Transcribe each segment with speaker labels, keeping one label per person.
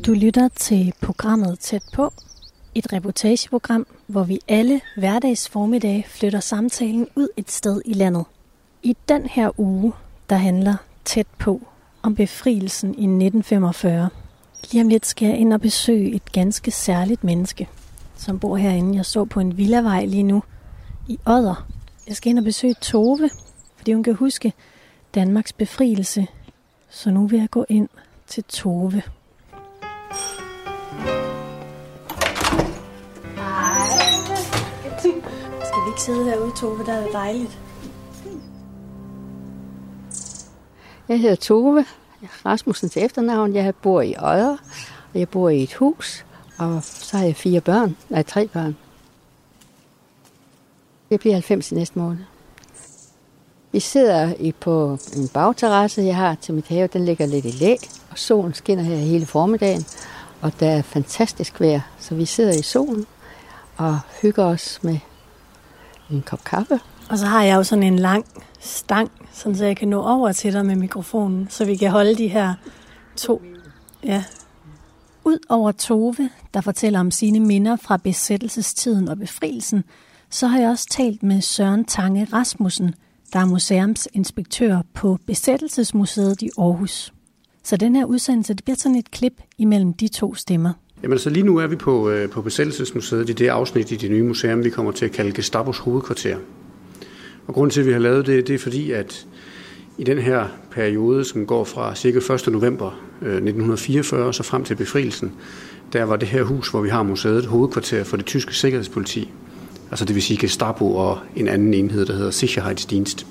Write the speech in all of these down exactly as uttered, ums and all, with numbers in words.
Speaker 1: Du lytter til programmet Tæt på, et reportageprogram, hvor vi alle hverdags formiddag flytter samtalen ud et sted i landet. I den her uge, der handler Tæt på om befrielsen i nitten femogfyrre. Lige om lidt skal jeg ind og besøge et ganske særligt menneske, som bor herinde. Jeg står på en villavej lige nu i Odder. Jeg skal ind og besøge Tove, fordi hun kan huske Danmarks befrielse. Så nu vil jeg gå ind til Tove. Hej. Skal vi ikke sidde herude, Tove? Der er det dejligt.
Speaker 2: Jeg hedder Tove Rasmussen til efternavn. Jeg bor i Odder, og jeg bor i et hus, og så har jeg fire børn. Nej, tre børn. Jeg bliver halvfems i næste måned. Vi sidder i på en bagterrasse, jeg har til mit have. Den ligger lidt i læ, og solen skinner her hele formiddagen. Og der er fantastisk vejr, så vi sidder i solen og hygger os med en kop kaffe.
Speaker 1: Og så har jeg jo sådan en lang stang, sådan så jeg kan nå over til dig med mikrofonen, så vi kan holde de her to. Ja. Ud over Tove, der fortæller om sine minder fra besættelsestiden og befrielsen, så har jeg også talt med Søren Tange Rasmussen, der er museumsinspektør på Besættelsesmuseet i Aarhus. Så den her udsendelse, det bliver sådan et klip imellem de to stemmer.
Speaker 3: Jamen altså lige nu er vi på, øh, på Besættelsesmuseet i det afsnit i det nye museum, vi kommer til at kalde Gestapos hovedkvarter. Og grunden til, at vi har lavet det, det er fordi, at i den her periode, som går fra cirka første november nitten fireogfyrre så frem til befrielsen, der var det her hus, hvor vi har museet, hovedkvarter for det tyske sikkerhedspoliti. Altså det vil sige Gestapo og en anden enhed, der hedder Sicherheitsdienst.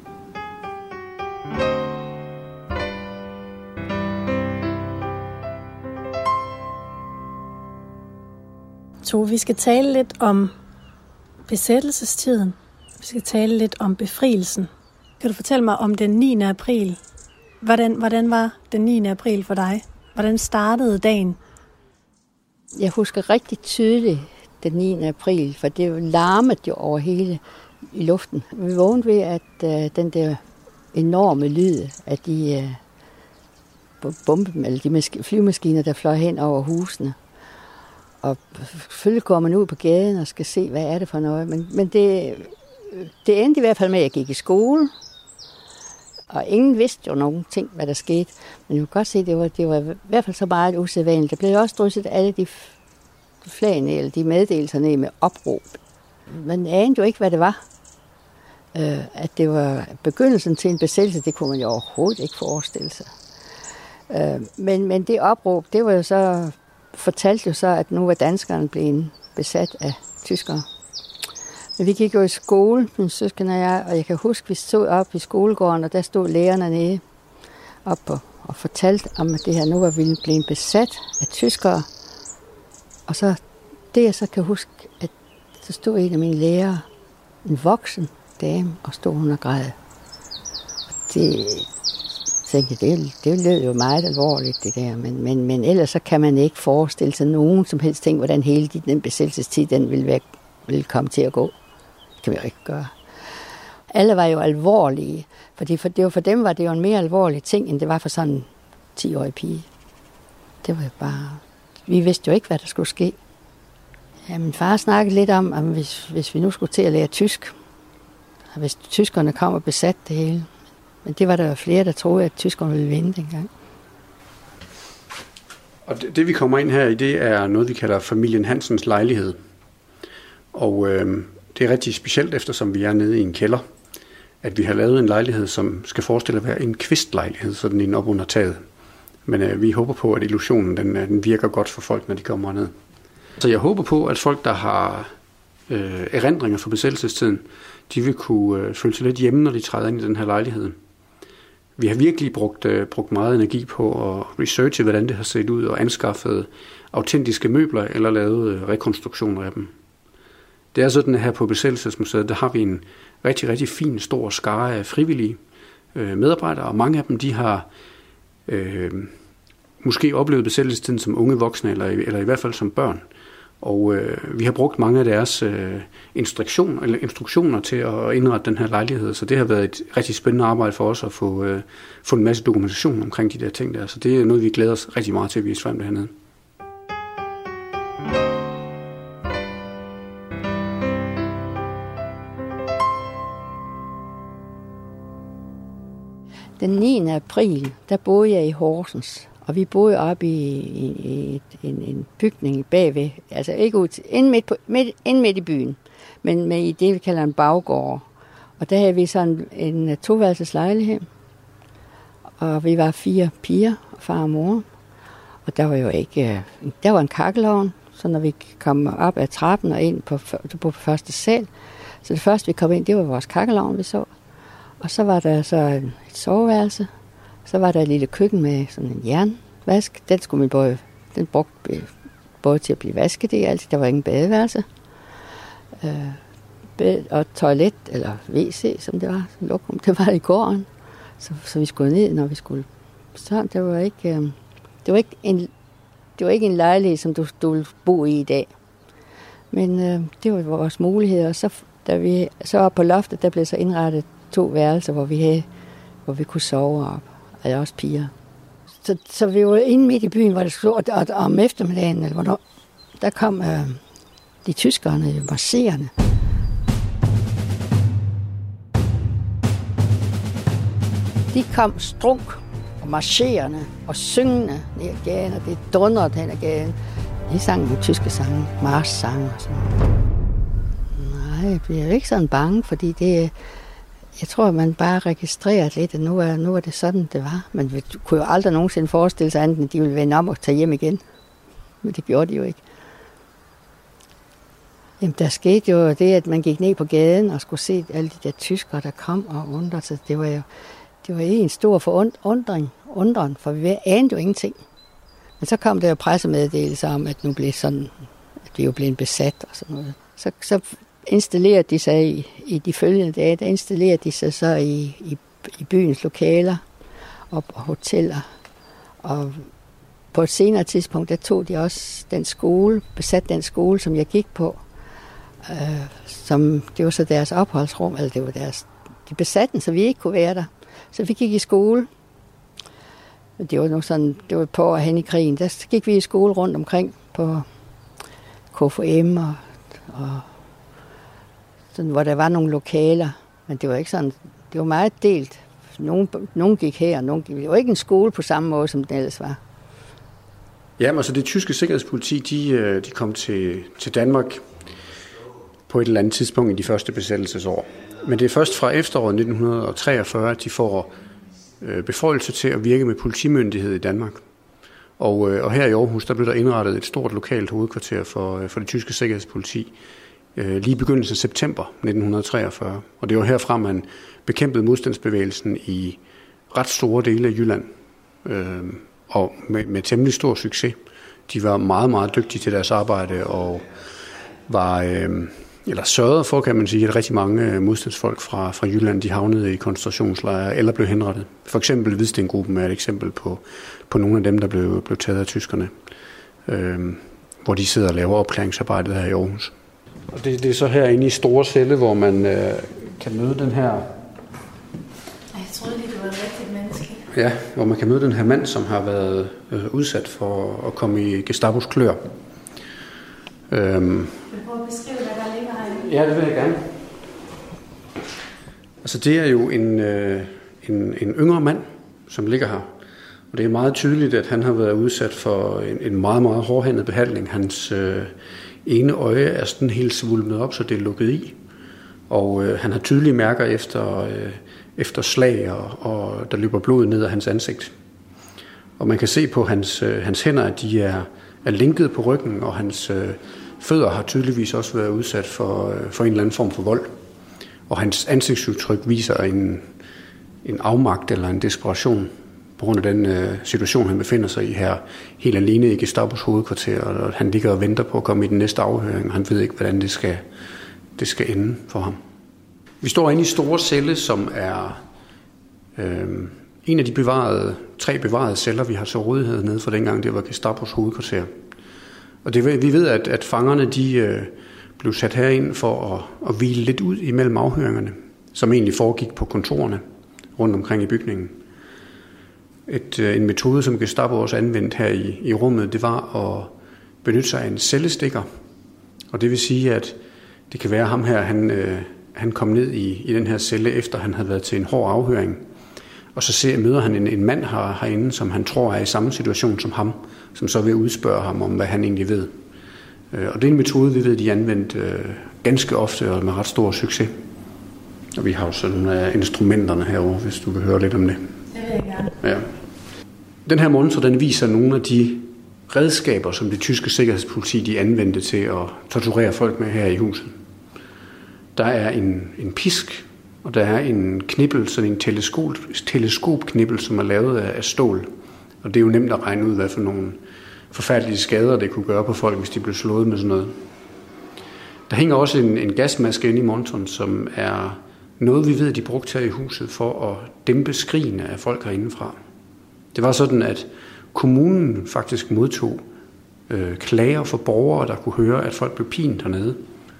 Speaker 1: Tove, vi skal tale lidt om besættelsestiden. Vi skal tale lidt om befrielsen. Kan du fortælle mig om den niende april? Hvordan, hvordan var den niende april for dig? Hvordan startede dagen?
Speaker 2: Jeg husker rigtig tydeligt den niende april, for det larmede jo over hele i luften. Vi vågnede ved, at uh, den der enorme lyd af de uh, bombe, eller de mask- flyvemaskiner, der fløj hen over husene. Og selvfølgelig går man ud på gaden og skal se, hvad er det for noget. Men, men det, det endte i hvert fald med, at jeg gik i skole. Og ingen vidste jo nogen ting, hvad der skete. Men jeg kunne godt se, at det var, det var i hvert fald så meget usædvanligt. Der blev også drysset alle de flagene, eller de meddelelser ned med opråb. Man anede jo ikke, hvad det var. Øh, at det var begyndelsen til en besættelse, det kunne man jo overhovedet ikke forestille sig. Øh, men, men det opråb, det var jo så, fortalte jo så, at nu var danskerne blevet besat af tyskere. Men vi gik jo i skole, min søsken og jeg, og jeg kan huske, vi stod op i skolegården, og der stod lærerne nede op og, og fortalte om, at det her nu var vi blevet besat af tyskere. Og så det, jeg så kan huske, at så stod en af mine lærere, en voksen dame, og stod hun og græd. Og det tænkte jeg, det, det lød jo meget alvorligt, det der. Men, men, men ellers så kan man ikke forestille sig nogen som helst ting, hvordan hele den besættelsestid, den ville, være, ville komme til at gå. Det kan vi jo ikke gøre. Alle var jo alvorlige, fordi for, det var, for dem var det jo en mere alvorlig ting, end det var for sådan en ti-årig pige. Det var jo bare... Vi vidste jo ikke, hvad der skulle ske. Ja, min far snakkede lidt om, at hvis, hvis vi nu skulle til at lære tysk, og hvis tyskerne kom og besatte det hele. Men det var der jo flere, der troede, at tyskerne ville vinde dengang.
Speaker 3: Og det, det vi kommer ind her i, det er noget, vi kalder familien Hansens lejlighed. Og øh, det er rigtig specielt, eftersom vi er nede i en kælder, at vi har lavet en lejlighed, som skal forestille at være en kvistlejlighed, sådan en op under taget. Men øh, vi håber på, at illusionen den, den virker godt for folk, når de kommer ned. Så jeg håber på, at folk, der har øh, erindringer fra besættelsestiden, de vil kunne øh, føle sig lidt hjemme, når de træder ind i den her lejlighed. Vi har virkelig brugt, øh, brugt meget energi på at researche, hvordan det har set ud, og anskaffet autentiske møbler eller lavet øh, rekonstruktioner af dem. Det er sådan, at her på Besættelsesmuseet, der har vi en rigtig, rigtig fin, stor skare af frivillige øh, medarbejdere, og mange af dem, de har øh, måske oplevet besættelsestiden som unge voksne, eller, eller i hvert fald som børn. Og øh, vi har brugt mange af deres øh, instruktioner, eller instruktioner til at indrette den her lejlighed, så det har været et rigtig spændende arbejde for os at få, øh, få en masse dokumentation omkring de der ting der. Så det er noget, vi glæder os rigtig meget til at vise frem det hernede.
Speaker 2: Den niende april, der boede jeg i Horsens, og vi boede oppe i, i, i et, en, en bygning bagved, altså ikke ud til, ind midt, på, midt, ind midt i byen, men med i det, vi kalder en baggård. Og der havde vi sådan en toværelses lejlighed, og vi var fire piger, far og mor, og der var jo ikke, der var en kakkelovn, så når vi kom op ad trappen og ind på, på første sal, så det første vi kom ind, det var vores kakkelovn, vi så. Og så var der så et soveværelse, så var der et lille køkken med sådan en jernvask. Den skulle man både, den brugte både til at blive vasket, det altid. Der var ingen badeværelse. Øh, og toilet, eller W C, som det var, lokum, det var i gården. Så, så vi skulle ned, når vi skulle. Så det var ikke, øh, det var ikke en, det var ikke en lejlighed, som du, du ville bo i i dag. Men øh, det var vores muligheder. Og så, da vi så op på loftet, der blev så indrettet to værelser, hvor vi havde, hvor vi kunne sove op, og jeg også piger. Så, så vi var inde midt i byen, hvor det stod, og, og om eftermiddagen, eller hvornår, der kom øh, de tyskerne, marcherende. De kom strunk og marcherende og syngende ned ad gaden, og det dundrede hen ad gaden. De sang de tyske sange, marchsange og sådan. Nej, jeg bliver ikke sådan bange, fordi det jeg tror, at man bare registrerer lidt, at nu er, nu er det sådan, det var. Men vi kunne jo aldrig nogensinde forestille sig andet, at de ville vende om og tage hjem igen. Men det gjorde de jo ikke. Jamen, der skete jo det, at man gik ned på gaden og skulle se alle de der tyskere, der kom og undrede sig. Det var jo det var en stor forundring, undren, for vi anede jo ingenting. Men så kom der jo pressemeddelelser om, at nu blev sådan, at vi jo blev besat og sådan noget. Så, så installerede de sig i, i de følgende dage, der installerede de sig så i, i, i byens lokaler og hoteller. Og på et senere tidspunkt, der tog de også den skole, besat den skole, som jeg gik på. Øh, som, det var så deres opholdsrum, eller det var deres, de besatte den, så vi ikke kunne være der. Så vi gik i skole. Det var nok sådan, det var på og hen i krigen. Der gik vi i skole rundt omkring på K F M og, og sådan, hvor der var nogle lokaler. Men det var ikke sådan, det var meget delt. Nogle, nogle gik her, og nogle gik. Det var ikke en skole på samme måde, som den ellers var.
Speaker 3: Ja, men så det tyske sikkerhedspoliti, de, de kom til, til Danmark på et eller andet tidspunkt i de første besættelsesår. Men det er først fra efteråret nitten treogfyrre, at de får øh, beføjelse til at virke med politimyndighed i Danmark. Og, øh, og her i Aarhus, der blev der indrettet et stort lokalt hovedkvarter for, øh, for det tyske sikkerhedspoliti øh, lige i begyndelsen af september nitten treogfyrre. Og det var herfra, man bekæmpede modstandsbevægelsen i ret store dele af Jylland. Øh, og med, med temmelig stor succes. De var meget, meget dygtige til deres arbejde og var... Øh, eller sørgede for, kan man sige, at rigtig mange modstandsfolk fra, fra Jylland, de havnede i koncentrationslejre eller blev henrettet. For eksempel Hvidstengruppen er et eksempel på, på nogle af dem, der blev, blev taget af tyskerne, øh, hvor de sidder og laver opklaringsarbejdet her i Aarhus. Og det, det er så herinde i store celle, hvor man øh, kan møde den her...
Speaker 1: Jeg troede lige, det var et rigtigt menneske.
Speaker 3: Ja, hvor man kan møde den her mand, som har været øh, udsat for at komme i Gestapos klør. Øhm,
Speaker 1: Prøv at beskrive, hvad der ligger herinde.
Speaker 3: Ja, det vil jeg gerne. Altså det er jo en, øh, en, en yngre mand, som ligger her. Og det er meget tydeligt, at han har været udsat for en, en meget, meget hårdhændet behandling. Hans øh, ene øje er sådan helt svulmet op, så det er lukket i. Og øh, han har tydelige mærker efter, øh, efter slag, og, og der løber blod ned af hans ansigt. Og man kan se på hans, øh, hans hænder, at de er, er linket på ryggen, og hans... Øh, Fødder har tydeligvis også været udsat for, for en eller anden form for vold. Og hans ansigtsudtryk viser en, en afmagt eller en desperation på grund af den uh, situation, han befinder sig i her. Helt alene i Gestapos hovedkvarter, og han ligger og venter på at komme i den næste afhøring, og han ved ikke, hvordan det skal, det skal ende for ham. Vi står inde i store celle, som er øh, en af de bevarede, tre bevarede celler, vi har til rådighed nede for dengang, det var Gestapos hovedkvarter. Og det, vi ved, at, at fangerne de, øh, blev sat herind for at, at hvile lidt ud imellem afhøringerne, som egentlig foregik på kontorerne rundt omkring i bygningen. Et, øh, en metode, som Gestapo også anvendte her i, i rummet, det var at benytte sig af en cellestikker. Og det vil sige, at det kan være ham her, han, øh, han kom ned i, i den her celle, efter han havde været til en hård afhøring. Og så ser, møder han en, en mand her, herinde, som han tror er i samme situation som ham, som så vil udspørge ham om, hvad han egentlig ved. Og det er en metode, vi ved, de er anvendt øh, ganske ofte og med ret stor succes. Og vi har jo sådan nogle af instrumenterne herovre, hvis du vil høre lidt om det.
Speaker 1: Det vil jeg gerne.
Speaker 3: Ja. Den her monitor, den viser nogle af de redskaber, som det tyske sikkerhedspoliti de anvendte til at torturere folk med her i huset. Der er en, en pisk, og der er en knibbel, sådan en teleskop, teleskopknibbel, som er lavet af, af stål. Og det er jo nemt at regne ud, hvad for nogle forfærdelige skader det kunne gøre på folk, hvis de blev slået med sådan noget. Der hænger også en, en gasmaske inde i monitoren, som er noget, vi ved, de brugte her i huset for at dæmpe skrigene af folk herindefra. Det var sådan, at kommunen faktisk modtog øh, klager for borgere, der kunne høre, at folk blev pint hernede.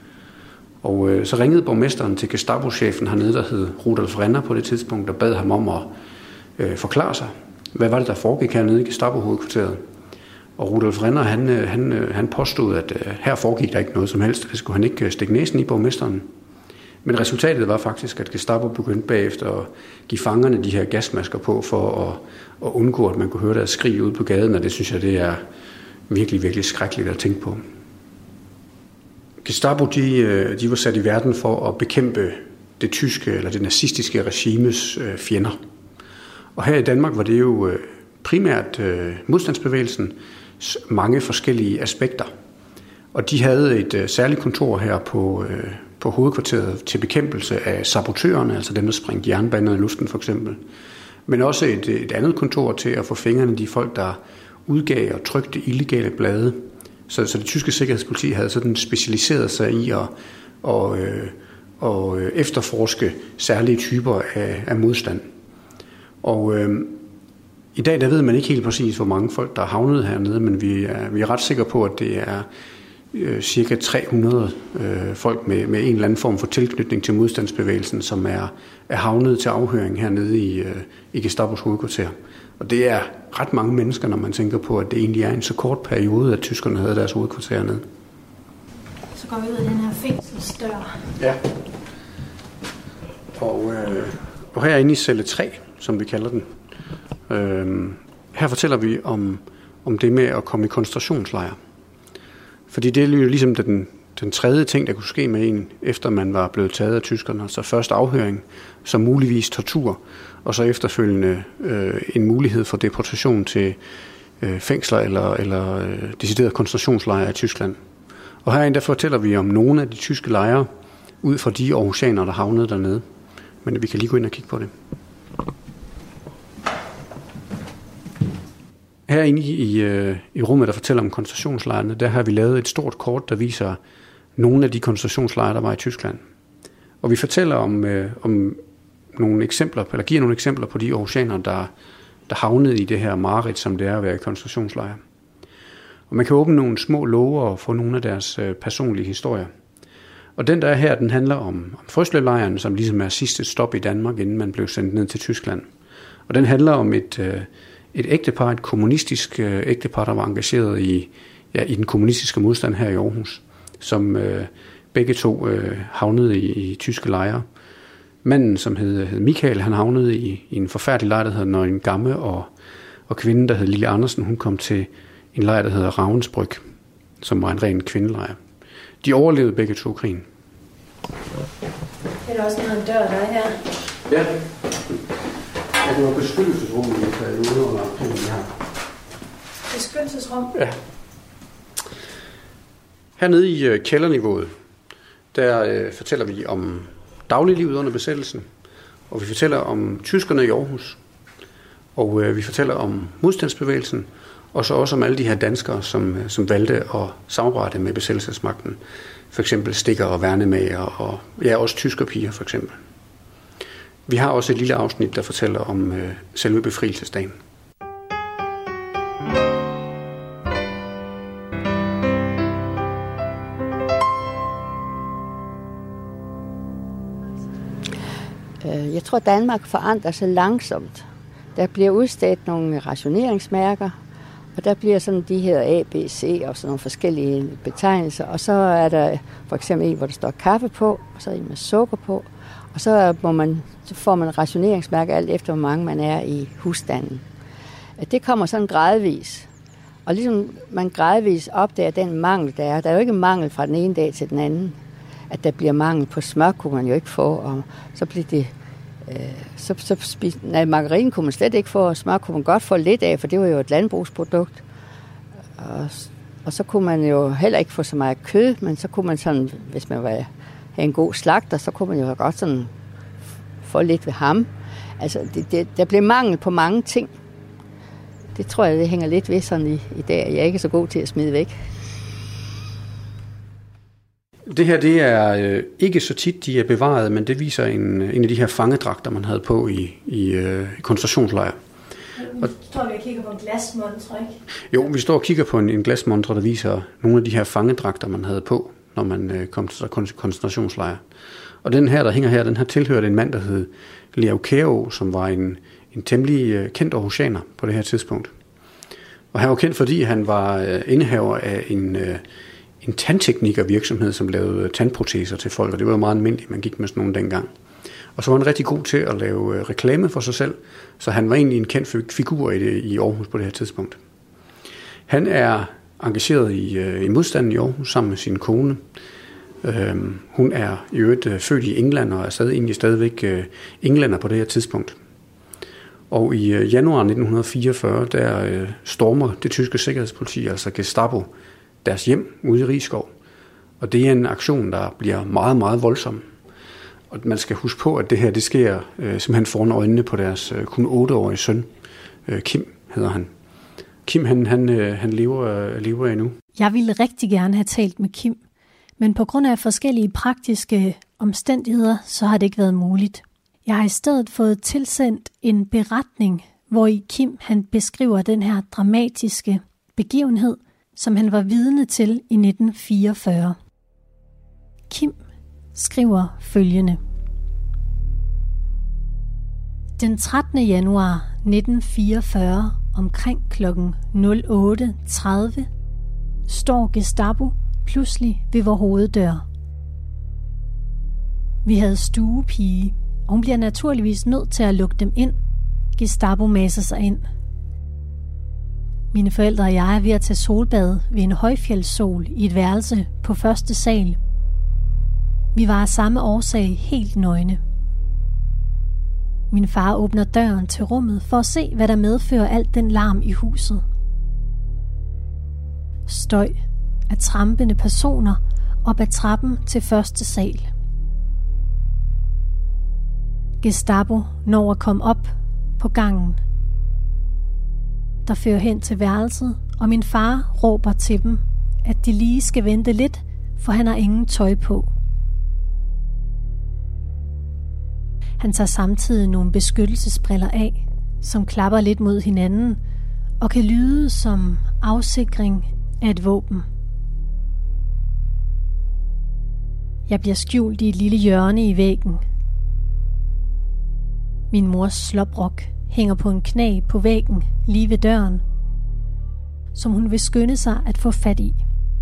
Speaker 3: Og øh, så ringede borgmesteren til Gestapo-chefen hernede, der hed Rudolf Renner på det tidspunkt, der bad ham om at øh, forklare sig. Hvad var det, der foregik hernede i Gestapo-hovedkvarteret? Og Rudolf Renner, han, han, han påstod, at øh, her foregik der ikke noget som helst. Det skulle han ikke stikke næsen i, borgmesteren. Men resultatet var faktisk, at Gestapo begyndte bagefter at give fangerne de her gasmasker på, for at, at undgå, at man kunne høre deres skrig ude på gaden, og det synes jeg, det er virkelig, virkelig skrækkeligt at tænke på. Gestapo, de, de var sat i verden for at bekæmpe det tyske eller det nazistiske regimes øh, fjender. Og her i Danmark var det jo øh, primært øh, modstandsbevægelsen mange forskellige aspekter. Og de havde et øh, særligt kontor her på, øh, på hovedkvarteret til bekæmpelse af sabotørerne, altså dem, der sprængte jernbaner i luften for eksempel. Men også et, et andet kontor til at få fingrene de folk, der udgav og trykte illegale blade. Så, så det tyske sikkerhedspoliti havde sådan specialiseret sig i at og, øh, og efterforske særlige typer af, af modstand. Og øh, i dag der ved man ikke helt præcis, hvor mange folk, der er havnet hernede, men vi er, vi er ret sikre på, at det er øh, cirka tre hundrede øh, folk med, med en eller anden form for tilknytning til modstandsbevægelsen, som er, er havnet til afhøring hernede i, øh, i Gestapos hovedkvarter. Og det er ret mange mennesker, når man tænker på, at det egentlig er en så kort periode, at tyskerne havde deres hovedkvarter hernede.
Speaker 1: Så går vi ud af den her fængselsdør.
Speaker 3: Ja. Og, øh, og herinde i celle tre, som vi kalder den, øh, her fortæller vi om, om det med at komme i koncentrationslejre. Fordi det er jo ligesom den, den tredje ting, der kunne ske med en, efter man var blevet taget af tyskerne. Altså først afhøring, så muligvis tortur, og så efterfølgende øh, en mulighed for deportation til øh, fængsler eller, eller øh, deciderede koncentrationslejre i Tyskland. Og herinde der fortæller vi om nogle af de tyske lejre, ud fra de aarhusianere, der havnede dernede. Men vi kan lige gå ind og kigge på det. Herinde i, i, i rummet, der fortæller om koncentrationslejrene, der har vi lavet et stort kort, der viser nogle af de koncentrationslejre, der var i Tyskland. Og vi fortæller om, øh, om nogle eksempler, eller giver nogle eksempler på de aarhusianere, der, der havnede i det her mareridt, som det er at være i koncentrationslejre. Og man kan åbne nogle små låger og få nogle af deres øh, personlige historier. Og den der er her, den handler om, om Frøslevlejren, som ligesom er sidste stop i Danmark, inden man blev sendt ned til Tyskland. Og den handler om et, øh, et ægtepar, et kommunistisk øh, ægtepar, der var engageret i, ja, i den kommunistiske modstand her i Aarhus, som øh, begge to øh, havnede i, i tyske lejre. Manden, som hed, hed Michael, han havnede i, i en forfærdelig lejr, der hedder Nøgen Gamme, og, og kvinden, der hed Lille Andersen, hun kom til en lejr, der hedder Ravensbryg, som var en ren kvindelejr. De overlevede begge to krigen.
Speaker 1: Er der også noget dør, der er her?
Speaker 3: Ja. Ja, det var beskyttelsesrummet i perioden under krigen her.
Speaker 1: Beskyttelsesrum?
Speaker 3: Ja. Hernede i øh, kælderniveauet, der øh, fortæller vi om dagliglivet under besættelsen, og vi fortæller om tyskerne i Aarhus, og øh, vi fortæller om modstandsbevægelsen, og så også om alle de her danskere, som, som valgte at samarbejde med besættelsesmagten. For eksempel stikker og værnemager, og ja, også tyskerpiger for eksempel. Vi har også et lille afsnit, der fortæller om øh, selve befrielsesdagen.
Speaker 2: Jeg tror, Danmark forandrer sig langsomt. Der bliver udstedt nogle rationeringsmærker, og der bliver sådan de her A, B, C og sådan nogle forskellige betegnelser. Og så er der for eksempel en, hvor der står kaffe på, og så er en med sukker på. Og så må man så får man rationeringsmærke alt efter, hvor mange man er i husstanden. Det kommer sådan gradvis. Og ligesom man gradvis opdager den mangel, der er. Der er jo ikke mangel fra den ene dag til den anden. At der bliver mangel på smør, kunne man jo ikke få. Og så bliver det... Øh, så, så spis, nej, margarine kunne man slet ikke få, og smør kunne man godt få lidt af, for det var jo et landbrugsprodukt. Og, og så kunne man jo heller ikke få så meget kød, men så kunne man sådan, hvis man var, havde en god slagter, så kunne man jo godt sådan få lidt ved ham. Altså, det, det, der blev mangel på mange ting. Det tror jeg, det hænger lidt ved sådan i, i dag. Jeg er ikke så god til at smide væk.
Speaker 3: Det her, det er øh, ikke så tit, de er bevaret, men det viser en, en af de her fangedragter, man havde på i, i, øh, i koncentrationslejre.
Speaker 1: Nu står vi og kigger på en glasmontre, ikke?
Speaker 3: Jo, vi står og kigger på en, en glasmontre, der viser nogle af de her fangedragter, man havde på, når man øh, kom til koncentrationslejre. Og den her, der hænger her, den her tilhørte en mand, der hed Leo Kero, som var en, en temmelig øh, kendt aarhusianer på det her tidspunkt. Og han var kendt, fordi han var øh, indehaver af en... Øh, en tandteknikervirksomhed, som lavede tandproteser til folk, og det var meget almindeligt, man gik med sådan nogle dengang. Og så var han rigtig god til at lave reklame for sig selv, så han var egentlig en kendt figur i, det, i Aarhus på det her tidspunkt. Han er engageret i, i modstanden i Aarhus sammen med sin kone. Øhm, hun er i øvrigt født i England og er stadig, egentlig stadigvæk øh, englænder på det her tidspunkt. Og i øh, januar nitten fireogfyrre, der øh, stormer det tyske sikkerhedspoliti, altså Gestapo, deres hjem ude i Risskov. Og det er en aktion, der bliver meget, meget voldsom. Og man skal huske på, at det her, det sker øh, simpelthen foran øjnene på deres øh, kun otteårige søn. Øh, Kim hedder han. Kim, han, han, øh, han lever, øh, lever endnu.
Speaker 1: Jeg ville rigtig gerne have talt med Kim, men på grund af forskellige praktiske omstændigheder, så har det ikke været muligt. Jeg har i stedet fået tilsendt en beretning, hvor i Kim han beskriver den her dramatiske begivenhed, som han var vidne til i nitten fireogfyrre. Kim skriver følgende. Den trettende januar nitten fireogfyrre omkring klokken otte tredive står Gestapo pludselig ved vor hoveddør. Vi havde stuepige, og hun bliver naturligvis nødt til at lukke dem ind. Gestapo maser sig ind. Mine forældre og jeg er ved at tage solbad ved en højfjeldssol i et værelse på første sal. Vi var af samme årsag helt nøgne. Min far åbner døren til rummet for at se, hvad der medfører alt den larm i huset. Støj af trampende personer op ad trappen til første sal. Gestapo når at komme op på gangen, der fører hen til værelset, og min far råber til dem, at de lige skal vente lidt, for han har ingen tøj på. Han tager samtidig nogle beskyttelsesbriller af, som klapper lidt mod hinanden, og kan lyde som afsikring af et våben. Jeg bliver skjult i et lille hjørne i væggen. Min mors sloprok hænger på en knæ på væggen lige ved døren, som hun vil skynde sig at få fat i.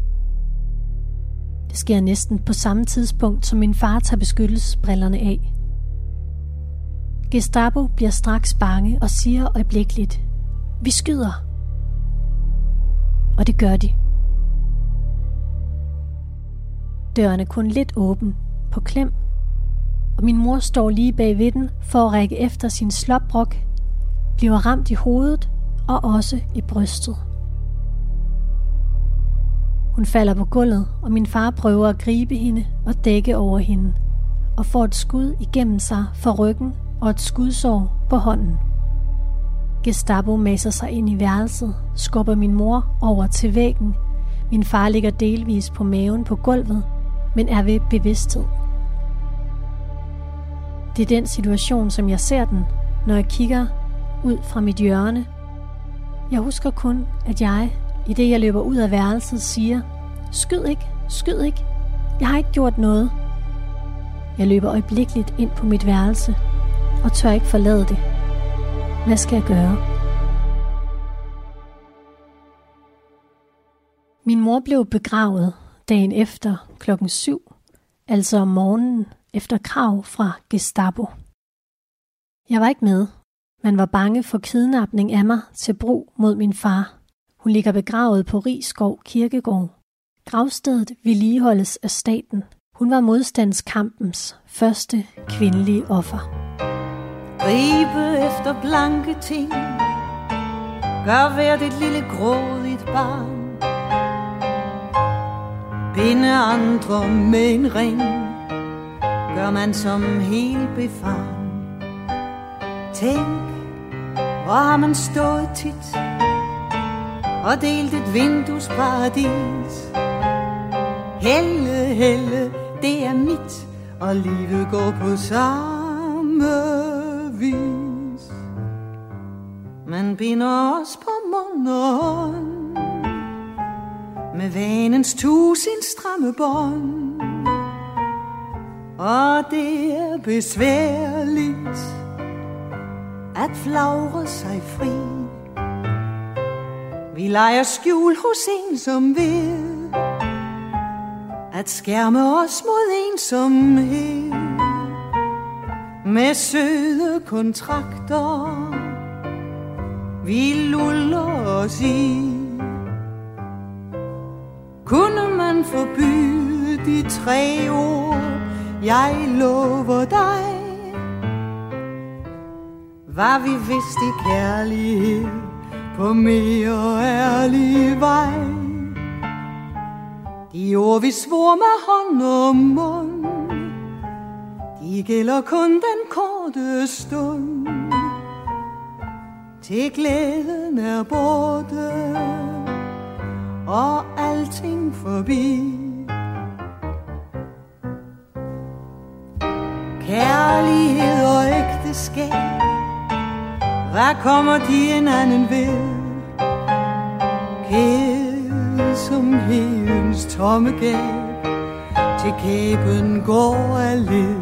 Speaker 1: Det sker næsten på samme tidspunkt, som min far tager beskyttelsesbrillerne af. Gestapo bliver straks bange og siger øjeblikkeligt, vi skyder. Og det gør de. Døren er kun lidt åben, på klem, og min mor står lige bag ved den for at række efter sin sloprok, bliver ramt i hovedet og også i brystet. Hun falder på gulvet, og min far prøver at gribe hende og dække over hende, og får et skud igennem sig for ryggen og et skudsår på hånden. Gestapo maser sig ind i værelset, skubber min mor over til væggen. Min far ligger delvis på maven på gulvet, men er ved bevidsthed. Det er den situation, som jeg ser den, når jeg kigger ud fra mit hjørne. Jeg husker kun, at jeg, i det jeg løber ud af værelset, siger, skyd ikke, skyd ikke, jeg har ikke gjort noget. Jeg løber øjeblikkeligt ind på mit værelse og tør ikke forlade det. Hvad skal jeg gøre? Min mor blev begravet dagen efter klokken syv, altså om morgenen efter krav fra Gestapo. Jeg var ikke med. Man var bange for kidnapning af mig til brug mod min far. Hun ligger begravet på Risskov Kirkegård. Gravstedet vedligeholdes af staten. Hun var modstandskampens første kvindelige offer.
Speaker 4: Gribe efter blanke ting. Gør hvert et lille grådigt barn. Binde andre med en ring. Gør man som helt befaren. Tænk, hvor har man stået tit og delt et vinduesparadis. Helle, helle, det er mit, og livet går på samme vis. Man binder os på mund og hånd med vanens tusind stramme bånd, og det er besværligt at flagre sig fri. Vi leger skjul hos en, som ved at skærme os mod ensomhed med søde kontrakter vi luller os i. Kunne man forbyde de tre ord, jeg lover dig, var vi vist i kærlighed på mere ærlig vej. De ord vi svor med hånd og mund, de gælder kun den korte stund, til glæden er borte og alting forbi. Kærlighed og ægteskab, hvad kommer de hinanden ved? Kædsomhedens tomme gab, til kæben går af led.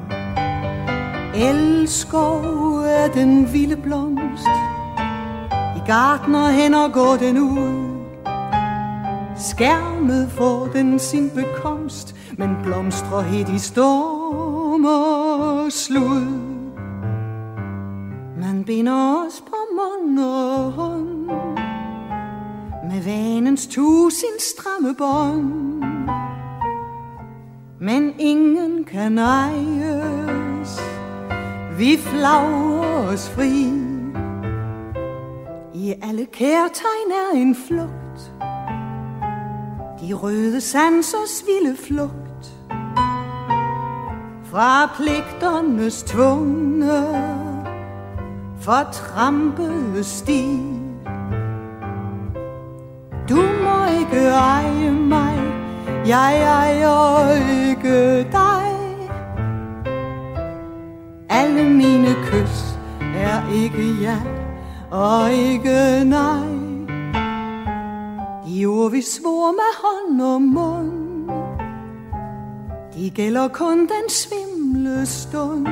Speaker 4: Elskov er den vilde blomst, i gartner hænder går den ud. Skærmet får den sin bekomst, men blomstrer helt i storm og slud. Man binder os på mund og hånd med vanens tusind stramme bånd, men ingen kan ejes, vi flagrer os fri. I alle kærtegn er en flugt, de røde sansers vilde flugt, fra pligternes tvungne fortrampede sti. Du må ikke eje mig, jeg ejer ikke dig. Alle mine kys er ikke ja og ikke nej. De ord vi svor med hånd og mund, de gælder kun den svimle stund.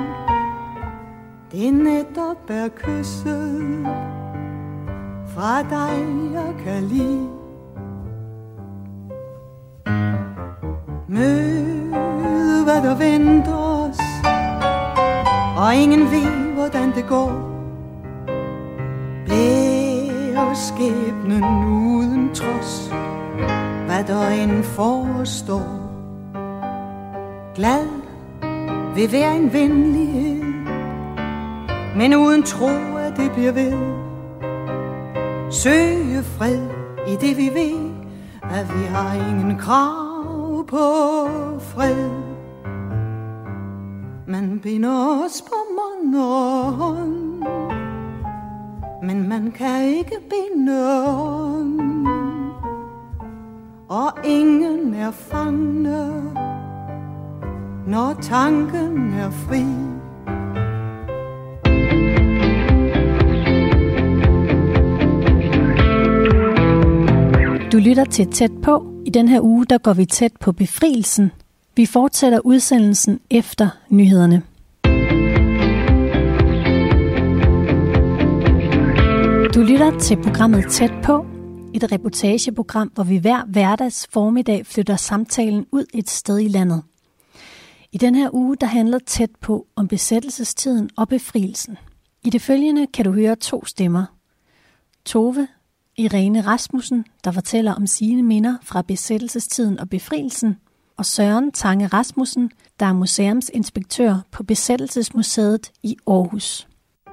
Speaker 4: Det netop er kysset fra dig jeg kan lide. Møde hvad der venter os, og ingen ved hvordan det går. Bære skæbnen uden trods, hvad der end forestår. Glad vil være en venlighed, men uden tro at det bliver ved. Søge fred i det vi ved, at vi har ingen krav på fred. Man binder os på mund og hånd, men man kan ikke binde ånd, og ingen er fanget, når tanken er fri.
Speaker 1: Du lytter til Tæt på. I den her uge, der går vi tæt på befrielsen. Vi fortsætter udsendelsen efter nyhederne. Du lytter til programmet Tæt på, et reportageprogram, hvor vi hver hverdags formiddag flytter samtalen ud et sted i landet. I den her uge, der handler Tæt på om besættelsestiden og befrielsen. I det følgende kan du høre to stemmer. Tove Irene Rasmussen, der fortæller om sine minder fra besættelsestiden og befrielsen, og Søren Tange Rasmussen, der er museumsinspektør på Besættelsesmuseet i Aarhus.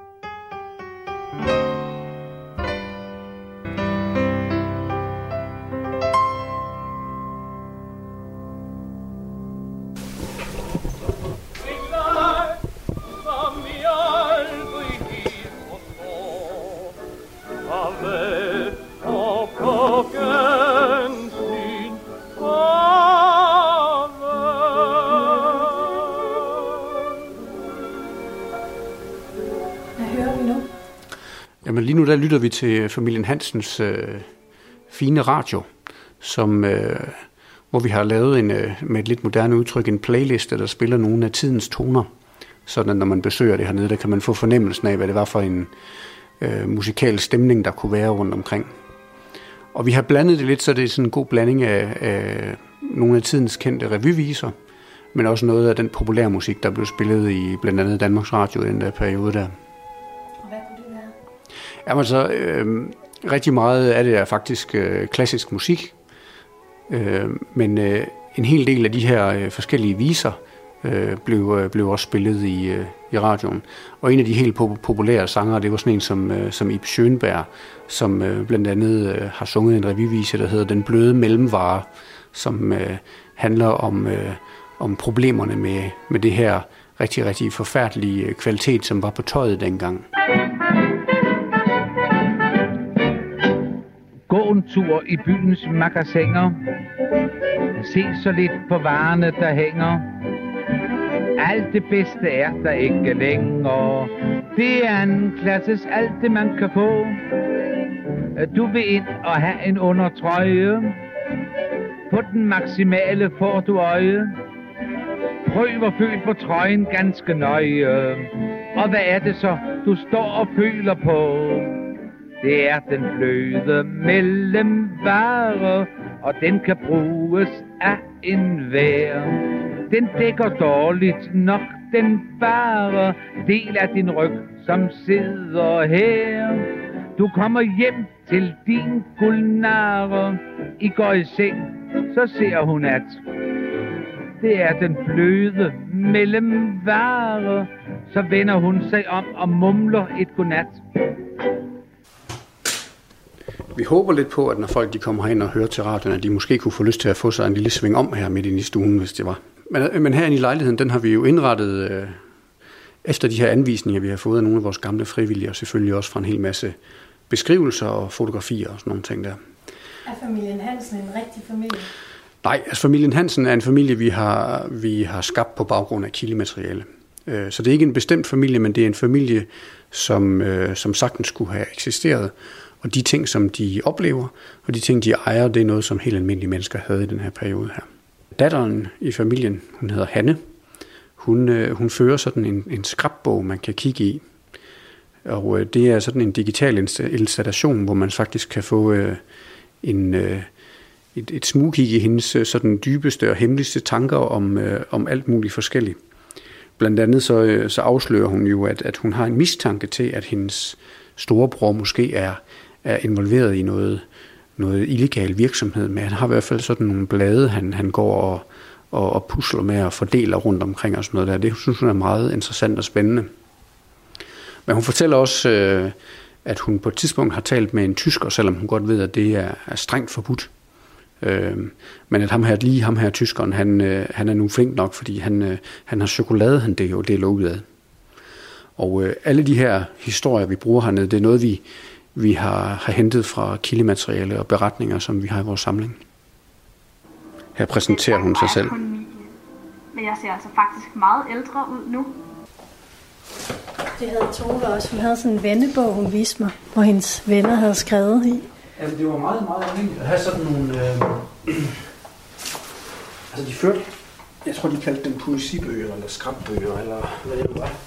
Speaker 3: Jamen lige nu der lytter vi til familien Hansens øh, fine radio, som, øh, hvor vi har lavet en, øh, med et lidt moderne udtryk en playliste, der spiller nogle af tidens toner. Sådan at når man besøger det hernede, der kan man få fornemmelsen af, hvad det var for en øh, musikal stemning, der kunne være rundt omkring. Og vi har blandet det lidt, så det er sådan en god blanding af, af nogle af tidens kendte revyviser, men også noget af den populære musik, der blev spillet i blandt andet Danmarks Radio i den der periode der. Jamen så, øh, rigtig meget af det er faktisk øh, klassisk musik, øh, men øh, en hel del af de her øh, forskellige viser øh, blev, øh, blev også spillet i, øh, i radioen. Og en af de helt pop- populære sangere, det var sådan en som, øh, som Ib Schønberg, som øh, blandt andet øh, har sunget en revyvise, der hedder Den bløde mellemvare, som øh, handler om, øh, om problemerne med, med det her rigtig, rigtig forfærdelige kvalitet, som var på tøjet dengang.
Speaker 5: Gå en tur i byens magasiner. Se så lidt på varerne, der hænger. Alt det bedste er der ikke længere. Det er en klasses alt det man kan få. Du vil ind og have en undertrøje. På den maksimale får du øje. Prøv at føle på trøjen ganske nøje. Og hvad er det så, du står og føler på? Det er den bløde mellemvare, og den kan bruges af enhver. Den dækker dårligt nok den bare del af din ryg, som sidder her. Du kommer hjem til din guldnare. I går i seng, så ser hun at det er den bløde mellemvare. Så vender hun sig om og mumler et godnat.
Speaker 3: Vi håber lidt på, at når folk de kommer herind og hører til radioen, at de måske kunne få lyst til at få sig en lille sving om her midt inde i stuen, hvis det var. Men, men herinde i lejligheden, den har vi jo indrettet øh, efter de her anvisninger, vi har fået af nogle af vores gamle frivillige, og selvfølgelig også fra en hel masse beskrivelser og fotografier og sådan nogle ting der.
Speaker 1: Er familien Hansen en rigtig familie?
Speaker 3: Nej, altså familien Hansen er en familie, vi har, vi har skabt på baggrund af kildemateriale. Øh, så det er ikke en bestemt familie, men det er en familie, som, øh, som sagtens skulle have eksisteret. Og de ting, som de oplever, og de ting, de ejer, det er noget, som helt almindelige mennesker havde i den her periode her. Datteren i familien, hun hedder Hanne, hun, øh, hun fører sådan en, en skrabbog, man kan kigge i. Og øh, det er sådan en digital installation, hvor man faktisk kan få øh, en, øh, et, et smugkig i hendes øh, sådan dybeste og hemmeligste tanker om, øh, om alt muligt forskelligt. Blandt andet så, øh, så afslører hun jo, at, at hun har en mistanke til, at hendes storebror måske er er involveret i noget, noget illegal virksomhed, men han har i hvert fald sådan nogle blade, han, han går og, og, og pusler med og fordeler rundt omkring og sådan noget der. Det synes hun er meget interessant og spændende. Men hun fortæller også, øh, at hun på et tidspunkt har talt med en tysker, selvom hun godt ved, at det er, er strengt forbudt. Øh, men at ham her, lige ham her tyskeren, han, øh, han er nu flink nok, fordi han, øh, han har chokolade, han deler, deler ud af. Og øh, alle de her historier, vi bruger hernede, det er noget, vi vi har, har hentet fra kildemateriale og beretninger, som vi har i vores samling. Her præsenterer hun sig selv.
Speaker 6: Men jeg ser altså faktisk meget ældre ud nu.
Speaker 1: Det havde Tove også. Hun havde sådan en vennebog, hun viste mig, hvor hendes venner havde skrevet i.
Speaker 3: Jamen, det var meget, meget almindeligt at have sådan nogle... Øh... altså, de førte... Jeg tror, de kaldte dem poesibøger, eller skrabbøger, eller hvad det var.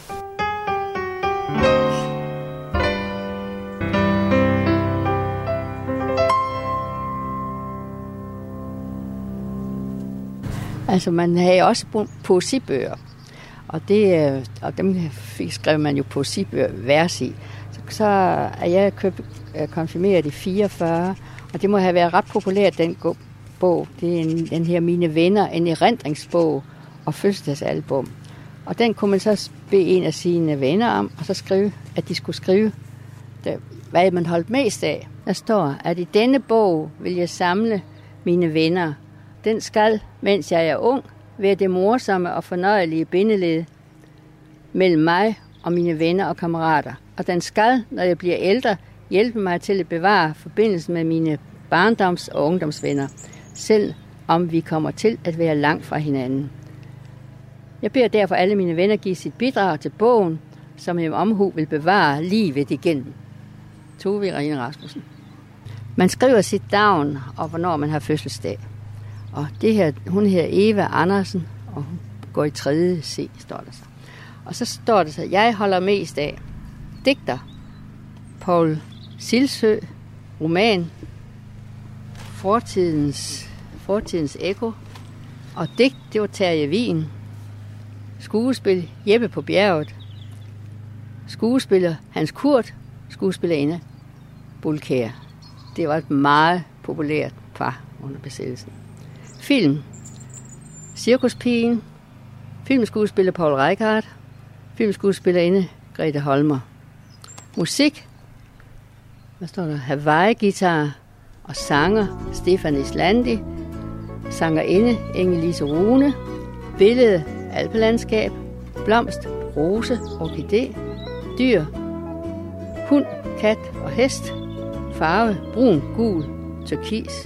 Speaker 2: Altså, man havde også poesibøger, og, det, og dem fik skrevet man jo poesibøger vers i. Så, så er jeg købt, konfirmeret i fireogfyrre, og det må have været ret populært, den bog. Det er en, den her Mine Venner, en erindringsbog og fødselsdagsalbum. Og den kunne man så bede en af sine venner om, og så skrive, at de skulle skrive, hvad man holdt mest af. Der står, at i denne bog vil jeg samle mine venner. Den skal, mens jeg er ung, være det morsomme og fornøjelige bindeled mellem mig og mine venner og kammerater. Og den skal, når jeg bliver ældre, hjælpe mig til at bevare forbindelsen med mine barndoms- og ungdomsvenner, selv om vi kommer til at være langt fra hinanden. Jeg beder derfor alle mine venner give sit bidrag til bogen, som jeg omhu vil bevare livet igennem. Tove Irene Rasmussen. Man skriver sit navn, og hvornår man har fødselsdag. Og det her, hun hedder Eva Andersen, og hun går i tredje C, står der så. Og så står der så, jeg holder mest af digter, Paul Silsø, roman, Fortidens, fortidens Ekko, og digt, det var Terje Wien. Skuespil, Jeppe på bjerget. Skuespiller, Hans Kurt, skuespillerinde, Bulkær. Det var et meget populært par under besættelsen. Film, Cirkuspigen, filmskuespiller Paul Reichhardt, filmskuespillerinde Grete Holmer. Musik, hvad står der? Hawaii-guitar og sanger Stefan Islandi, sangerinde Inge-Lise Rune, billede alpelandskab, blomst, rose, orkidé, dyr, hund, kat og hest, farve, brun, gul, turkis.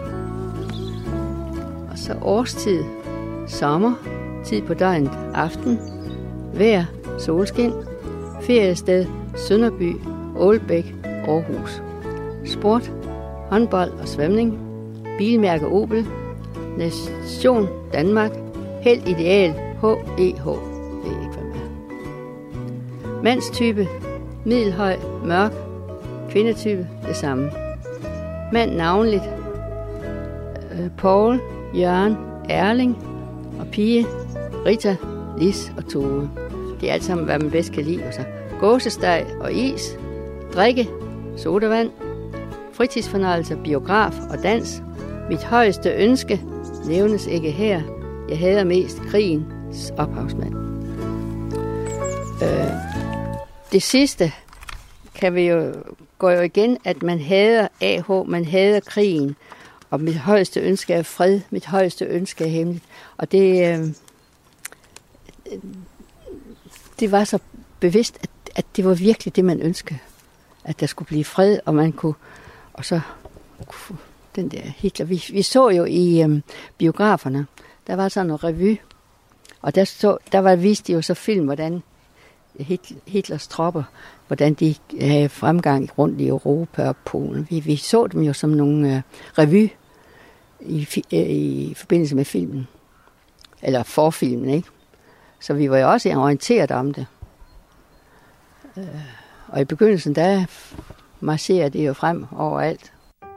Speaker 2: Og så årstid, sommer, tid på døgnet, aften, vejr, solskin, feriested, Sønderby, Ålbæk, Aarhus. Sport, håndbold og svømning, bilmærke Opel, nation Danmark, held ideal H E H. Det er ikke hvad med. Mandstype, middelhøj, mørk, kvindetype, det samme. Mand navnligt, øh, Paul, Jørgen, Erling, og pige, Rita, Lis og Tove. Det er alt sammen, hvad man bedst kan lide. Så gåsesteg og is, drikke, sodavand, fritidsfornøjelse, biograf og dans. Mit højeste ønske nævnes ikke her. Jeg hader mest krigens ophavsmand. Øh, det sidste kan vi jo gå jo igen, at man hader A H, man hader krigen, og mit højeste ønske er fred, mit højeste ønske er hemmeligt. Og det, øh, det var så bevidst, at, at det var virkelig det, man ønskede. At der skulle blive fred, og man kunne, og så den der Hitler. Vi, vi så jo i øh, biograferne, der var sådan en revy, og der, så, der var vist jo så film, hvordan Hitlers tropper, hvordan de havde fremgang rundt i Europa og Polen. Vi, vi så dem jo som nogle øh, revy i, øh, i forbindelse med filmen, eller forfilmen, ikke? Så vi var jo også orienteret om det. Øh, og i begyndelsen, der marcherer det jo frem overalt.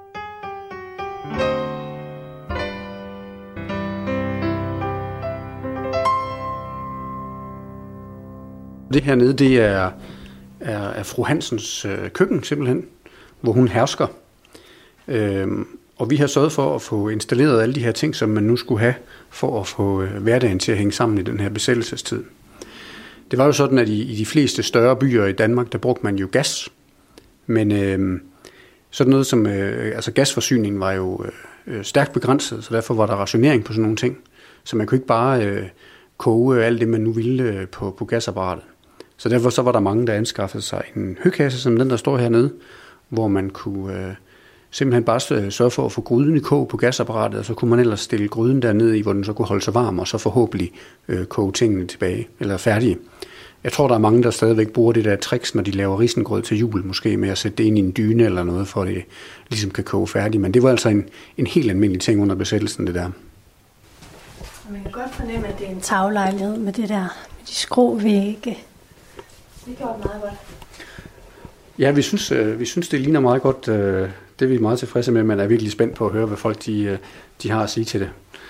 Speaker 3: Det hernede, det er, er, er fru Hansens øh, køkken simpelthen, hvor hun hersker. Øhm, og vi har sørget for at få installeret alle de her ting, som man nu skulle have, for at få øh, hverdagen til at hænge sammen i den her besættelsestid. Det var jo sådan, at i, i de fleste større byer i Danmark, der brugte man jo gas. Men øh, sådan noget som, øh, altså gasforsyningen var jo øh, stærkt begrænset, så derfor var der rationering på sådan nogle ting. Så man kunne ikke bare øh, koge alt det, man nu ville øh, på, på gasapparatet. Så derfor så var der mange, der anskaffede sig en høkasse, som den, der står hernede, hvor man kunne øh, simpelthen bare sørge for at få gryden i kog på gasapparatet, og så kunne man ellers stille gryden dernede i, hvor den så kunne holde sig varm, og så forhåbentlig øh, koge tingene tilbage, eller færdige. Jeg tror, der er mange, der stadigvæk bruger det der tricks, når de laver risengrød til jul, måske med at sætte det ind i en dyne eller noget, for at det ligesom kan koge færdigt. Men det var altså en, en helt almindelig ting under besættelsen, det der.
Speaker 1: Man kan godt fornemme, at det er en taglejlighed med det der, med de skråvægge. Det gjorde meget godt.
Speaker 3: Ja, vi synes, øh, vi synes, det ligner meget godt. Øh, det er vi meget tilfredse med, men er virkelig spændt på at høre, hvad folk de, øh, de har at sige til det.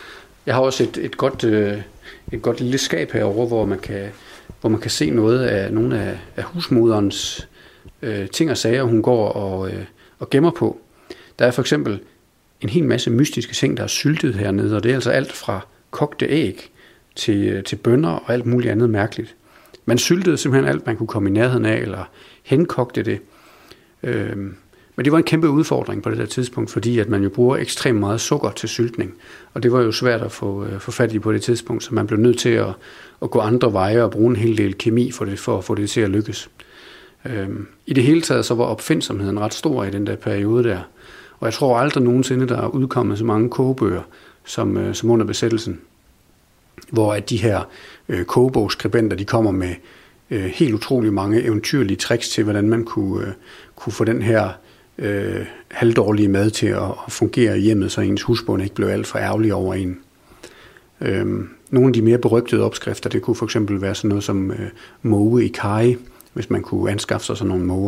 Speaker 3: Jeg har også et, et, godt, øh, et godt lille skab herovre, hvor man kan, hvor man kan se noget af nogle af, af husmoderens øh, ting og sager, hun går og, øh, og gemmer på. Der er for eksempel en hel masse mystiske ting, der er syltet hernede, og det er altså alt fra kogte æg til, til bønner og alt muligt andet mærkeligt. Man syltede simpelthen alt, man kunne komme i nærheden af, eller henkogte det. Øhm, men det var en kæmpe udfordring på det der tidspunkt, fordi at man jo bruger ekstremt meget sukker til syltning, og det var jo svært at få, øh, få fat i på det tidspunkt, så man blev nødt til at, at gå andre veje og bruge en hel del kemi for, det, for at få det til at lykkes. Øhm, I det hele taget så var opfindsomheden ret stor i den der periode der, og jeg tror aldrig nogensinde, der er udkommet så mange kogebøger som, øh, som under besættelsen, hvor at de her øh, kogebogsskribenter, de kommer med øh, helt utrolig mange eventyrlige tricks til, hvordan man kunne, øh, kunne få den her øh, halvdårlige mad til at, at fungere i hjemmet, så ens husbond ikke blev alt for ærgerlig over en. Øh, nogle af de mere berygtede opskrifter, det kunne for eksempel være sådan noget som øh, måge i karry, hvis man kunne anskaffe sig sådan nogle måger.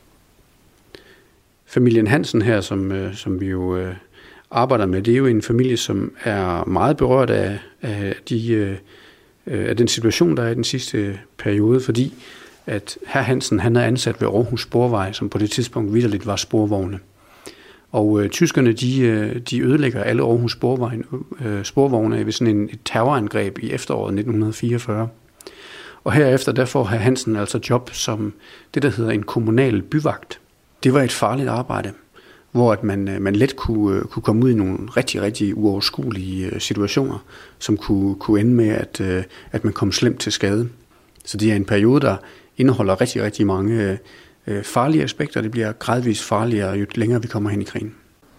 Speaker 3: Familien Hansen her, som, øh, som vi jo øh, arbejder med, det er jo en familie, som er meget berørt af, af, de, øh, af den situation, der er i den sidste periode, fordi at herr Hansen, han er ansat ved Aarhus Sporvej, som på det tidspunkt vitterligt var sporvogne. Og øh, tyskerne, de, øh, de ødelægger alle Aarhus Sporvej, øh, sporvogne ved sådan en, et terrorangreb i efteråret nitten fireogfyrre. Og herefter, der får herr Hansen altså job som det, der hedder en kommunal byvagt. Det var et farligt arbejde, hvor at man, man let kunne, kunne komme ud i nogle rigtig, rigtig uoverskuelige situationer, som kunne, kunne ende med, at, at man kom slemt til skade. Så det er en periode, der indeholder rigtig, rigtig mange farlige aspekter. Det bliver gradvist farligere, jo længere vi kommer hen i krigen.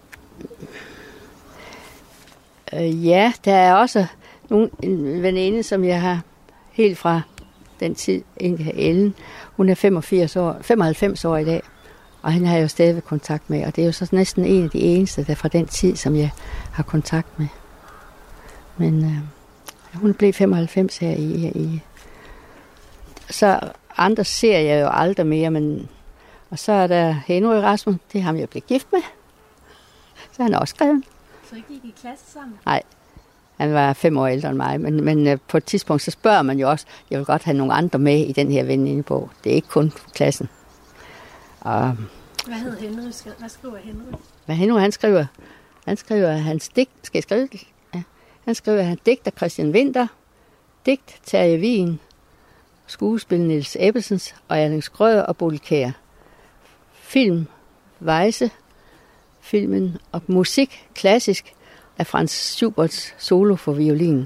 Speaker 2: Øh, ja, der er også nogle, en veninde, som jeg har helt fra den tid, Inge Ellen. Hun er femogfirs år, femoghalvfems år i dag. Og han har jeg jo stadig kontakt med, og det er jo så næsten en af de eneste, der fra den tid, som jeg har kontakt med. Men øh, hun blev femoghalvfems her i, i... Så andre ser jeg jo aldrig mere, men... Og så er der Henry Rasmus, det er ham, jeg blev gift med. Så han er også skrevet.
Speaker 1: Så I gik i klasse sammen?
Speaker 2: Nej, han var fem år ældre end mig, men, men øh, på et tidspunkt, så spørger man jo også, jeg vil godt have nogle andre med i den her venindebog. Det er ikke kun klassen. Og,
Speaker 1: hvad hedder Henry? Hvad skriver Henry?
Speaker 2: Hvad Henry, han skriver? Han skriver hans digt. Skal jeg skrive det? Ja. Han skriver hans digt af Christian Winther, digt Terje Wien, skuespil Niels Ebbesens og Erling Skrøder og Bodil Kjær. Film Weisse, filmen og musik klassisk af Franz Schuberts solo for violin.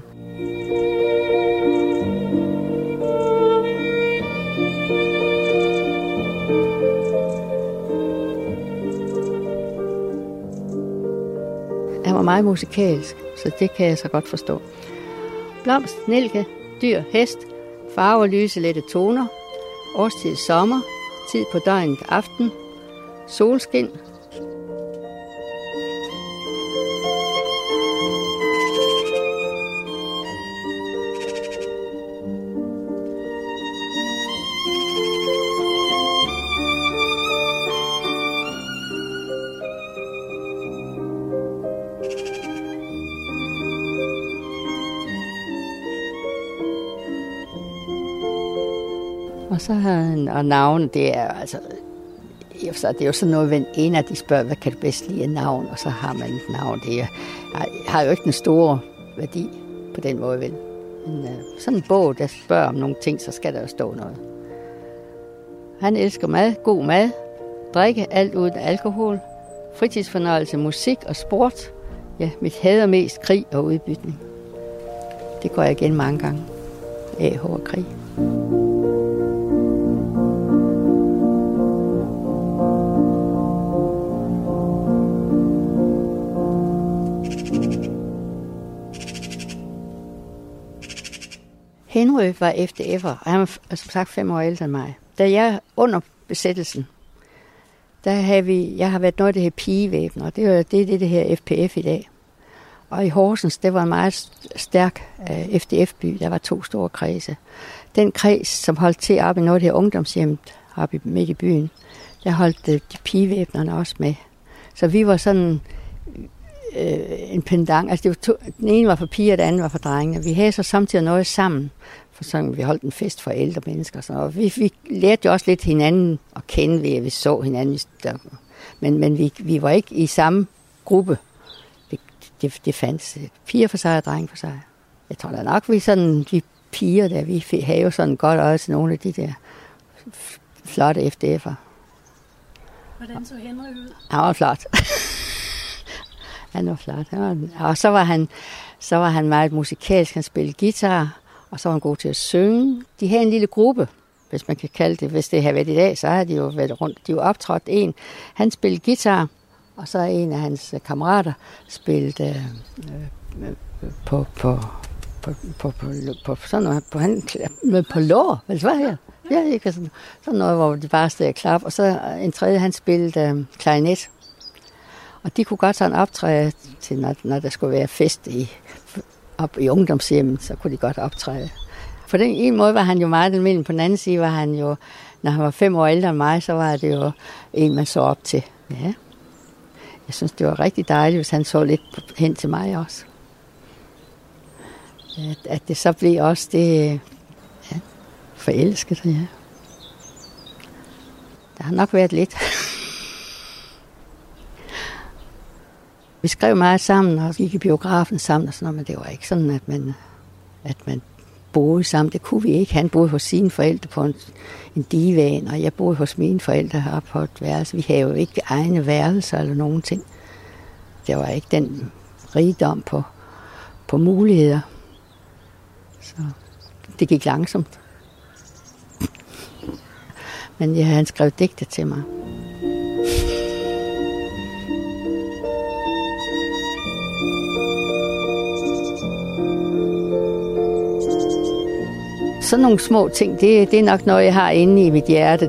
Speaker 2: Han var meget musikalsk, så det kan jeg så godt forstå. Blomst, nælke, dyr, hest, farver, lyse, lette toner, årstid sommer, tid på døgnet aften, solskin. Og så har han, og navn, det er altså, det er jo sådan noget, when en af de spørger, hvad kan du bedst lide af navn, og så har man et navn. Det er, har jo ikke den store værdi på den måde, vel. Men uh, sådan en bog, der spørger om nogle ting, så skal der jo stå noget. Han elsker mad, god mad, drikke alt uden alkohol, fritidsfornøjelse, musik og sport. Ja, mit hader mest krig og udbytning. Det går jeg igen mange gange. A H og krig. Henry var F D F'er, og han var som sagt fem år ældre end mig. Da jeg under besættelsen, der havde vi, jeg har været noget af det her pigevæbner, og det er det, det, det her F P F i dag. Og i Horsens, det var en meget stærk uh, F D F-by, der var to store kredse. Den kreds, som holdt til oppe i noget af det her ungdomshjemmet, oppe midt i byen, der holdt uh, de pigevæbnerne også med. Så vi var sådan øh, en pendant. Altså, det var to, den ene var for piger, og den anden var for drenge. Vi havde så samtidig noget sammen, for sådan, vi holdt en fest for ældre mennesker. Så, og vi, vi lærte jo også lidt hinanden at kende ved, at vi så hinanden. Men, men vi, vi var ikke i samme gruppe. Det, det, det fandt piger for sig og drenge for sig. Jeg tror da nok, vi sådan, vi piger der, vi havde jo sådan godt øje til nogle af de der flotte F D F'er.
Speaker 1: Hvordan så Henrik ud?
Speaker 2: Han var flot. Han var flot. Han var, og så var han, så var han meget musikalsk. Han spillede guitar, og så var han god til at synge. De havde en lille gruppe, hvis man kan kalde det. Hvis det havde været i dag, så har de jo været rundt. De var optrådt en. Han spillede guitar, og så en af hans kammerater spillede øh, øh, på, på, på, på, på, på sådan noget, på, han, på lår. Hvad var det? Ja, ikke sådan, sådan noget, hvor de bare stod og klap. Og så en tredje, han spillede øh, klarinet. Og de kunne godt sådan optræde til, når, når der skulle være fest i, op i ungdomshjemmet, så kunne de godt optræde. På den ene måde var han jo meget almindelig. På den anden side var han jo, når han var fem år ældre end mig, så var det jo en, man så op til. Ja. Jeg synes, det var rigtig dejligt, hvis han så lidt hen til mig også. At, at det så blev også det, ja, forelsket, ja. Der har nok været lidt. Vi skrev meget sammen og gik i biografen sammen og sådan noget, men det var ikke sådan, at man, at man boede sammen. Det kunne vi ikke. Han boede hos sine forældre på en, en divan, og jeg boede hos mine forældre her på et værelse. Vi havde jo ikke egne værelser eller nogen ting. Der var ikke den rigdom på, på muligheder. Så det gik langsomt. Men ja, han skrev digte til mig. Sådan nogle små ting, det, det er nok noget, jeg har inde i mit hjerte.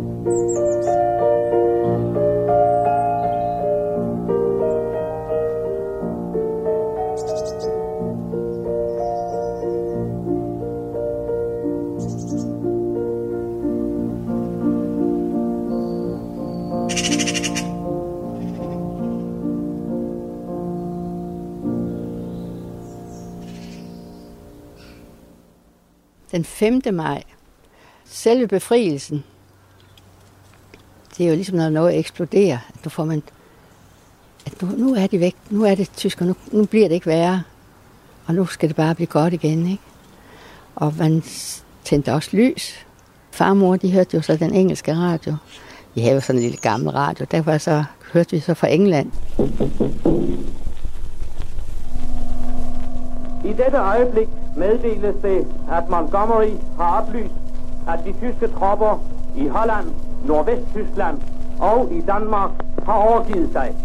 Speaker 2: Den femte maj, selve befrielsen, det er jo ligesom, når noget eksploderer. At nu får man, at nu, nu er det væk, nu er det tysker, nu, nu bliver det ikke værre. Og nu skal det bare blive godt igen, ikke? Og man tændte også lys. Far og mor, de hørte jo så den engelske radio. Vi havde jo sådan en lille gammel radio, derfor så hørte vi så fra England.
Speaker 7: I dette øjeblik meddeles det, at Montgomery har oplyst, at de tyske tropper i Holland, Nordvesttyskland og i Danmark har overgivet sig.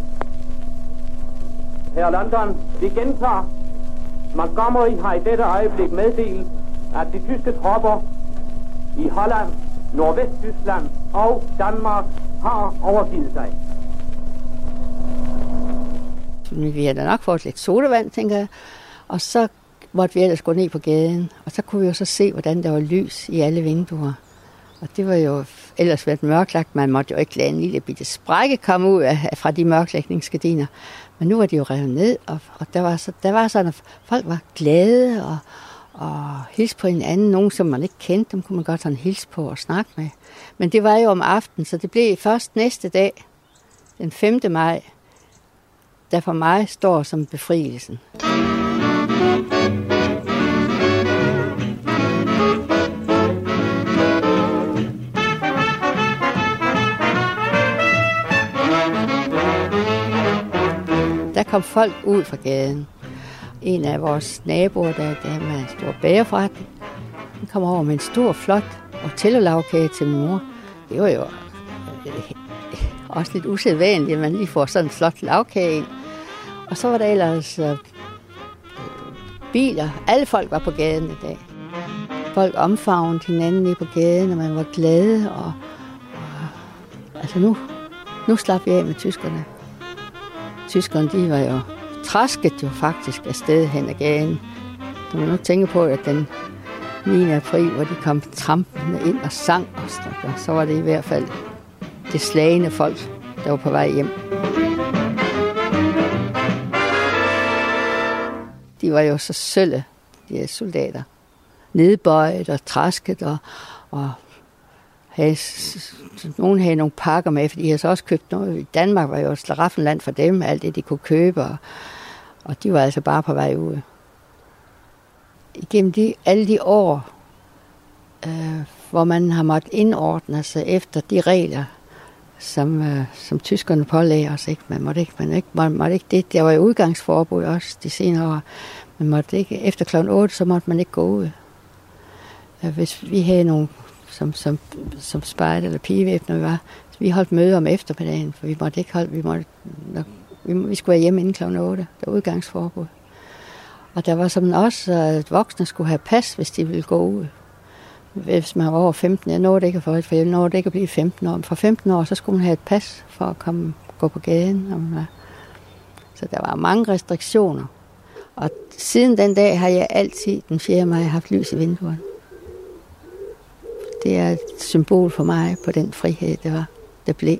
Speaker 7: Her London, vi gentager. Montgomery har i dette øjeblik meddelt, at de tyske tropper i Holland, Nordvesttyskland og Danmark har overgivet sig.
Speaker 2: Vi har da nok fået lidt sodavand, tænker jeg. Og så måtte vi ellers gå ned på gaden, og så kunne vi jo så se, hvordan der var lys i alle vinduer. Og det var jo ellers været mørklagt. Man måtte jo ikke lade en lille bitte sprække komme ud af, fra de mørklægningsgardiner. Men nu var de jo revet ned, og, og der, var så, der var sådan, at folk var glade og, og hilse på hinanden. Nogen, som man ikke kendte, dem kunne man godt sådan hilse på og snakke med. Men det var jo om aftenen, så det blev først næste dag, den femte maj, der for mig står som befrielsen. Der kom folk ud fra gaden. En af vores naboer, der, der med en stor bagerforretning, han kom over med en stor, flot Otello-lavkage til min mor. Det var jo også lidt usædvanligt, at man lige får sådan en flot lavkage ind. Og så var der ellers uh, biler. Alle folk var på gaden i dag. Folk omfavnede hinanden nede på gaden, og man var glade. Og, og, altså nu, nu slap vi af med tyskerne. Tyskerne, de var jo trasket jo faktisk afsted hen ad gaden. Når man nu tænker på, at den niende april, hvor de kom trampende ind og sang, og så var det i hvert fald det slagende folk, der var på vej hjem. de var jo så sølle, de her soldater. Nedbøjet og trasket, og, og havde, nogen havde nogle pakker med, fordi de havde så også købt noget. Danmark var jo et slaraffenland for dem, alt det de kunne købe, og, og de var altså bare på vej ud. Igennem de, alle de år, øh, hvor man har måttet indordne sig efter de regler, som, øh, som tyskerne pålagde os. Ikke? Man måtte ikke, man ikke, man måtte ikke det. Der var jo udgangsforbud også de senere år. Man måtte ikke, efter klokken otte, så måtte man ikke gå ud. Hvis vi havde nogen, som, som, som spejder eller pigevæbner vi var, så vi holdt møde om eftermiddagen, for vi måtte ikke holde, vi, måtte, vi, vi skulle være hjemme inden klokken otte. Der var udgangsforbud. Og der var som også, at voksne skulle have pas, hvis de ville gå ud. Hvis man var over femten, jeg nåede ikke at få for jeg nåede ikke at blive femten år. For femten år, så skulle man have et pas for at komme, gå på gaden. Så der var mange restriktioner. Og siden den dag har jeg altid den fjerde maj haft lys i vinduerne. Det er et symbol for mig på den frihed, der var, der blev.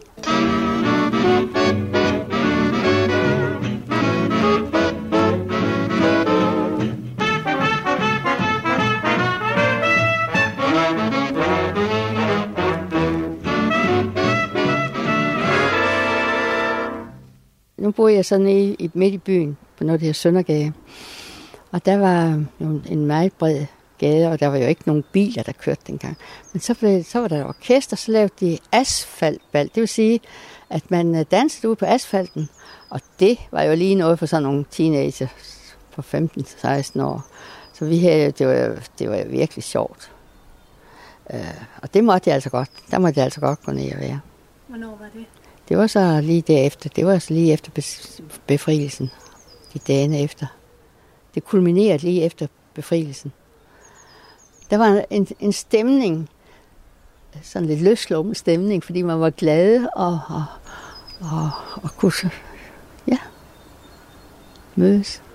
Speaker 2: Nu bor jeg sådan i, i midt i byen, på noget, der hedder Søndergade. Og der var jo en meget bred gade, og der var jo ikke nogen biler, der kørte dengang. Men så, blev, så var der et orkester, så lavede de asfaltbal. Det vil sige, at man dansede ude på asfalten, og det var jo lige noget for sådan nogle teenager på femten til seksten år. Så vi havde, det, var, det var virkelig sjovt. Uh, og det måtte jeg altså godt. Der måtte jeg altså godt gå ned og være.
Speaker 1: Hvornår var det?
Speaker 2: Det var så lige derefter. Det var så lige efter befrielsen. De dagene efter. Det kulminerede lige efter befrielsen. Der var en, en stemning, sådan lidt løsluppen stemning, fordi man var glad og, og, og, og kunne så, ja, mødes.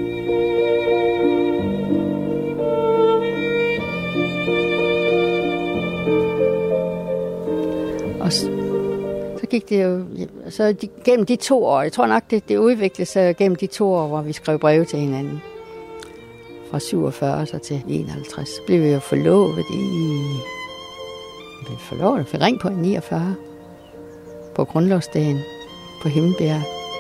Speaker 2: Og så, så gik det jo, så de, gennem de to år, jeg tror nok, det, det udviklede sig gennem de to år, hvor vi skrev breve til hinanden. Fra syvogfyrre så til enoghalvtreds. Så blev vi jo forlovet i... Vi blev forlovet, vi ringte på i niogfyrre. På grundlovsdagen. På Himmelbjerg.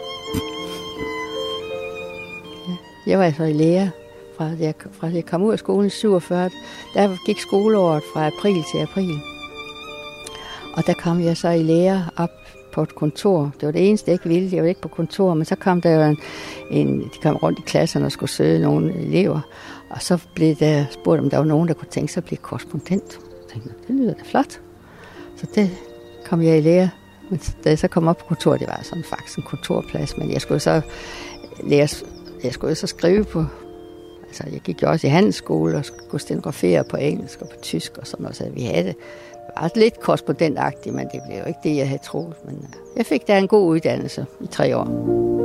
Speaker 2: Ja. Jeg var altså i lære, fra jeg, fra jeg kom ud af skolen i syvogfyrre. Der gik skoleåret fra april til april. Og der kom jeg så i lære op på et kontor. Det var det eneste, jeg ikke ville. Jeg var ikke på kontor, men så kom der jo en, en... De kom rundt i klasserne og skulle søge nogle elever. Og så blev der spurgt, om der var nogen, der kunne tænke sig at blive korrespondent. Jeg tænkte, det lyder da flot. Så det kom jeg i lære. Men da jeg så kom op på kontoret, det var sådan faktisk en kontorplads, men jeg skulle så lære, jeg skulle så skrive på... Altså, jeg gik jo også i handelsskole og skulle stenografere på engelsk og på tysk og sådan noget, så vi havde det. Det var lidt korrespondentagtigt, men det blev jo ikke det, jeg havde troet. Men jeg fik da en god uddannelse i tre år.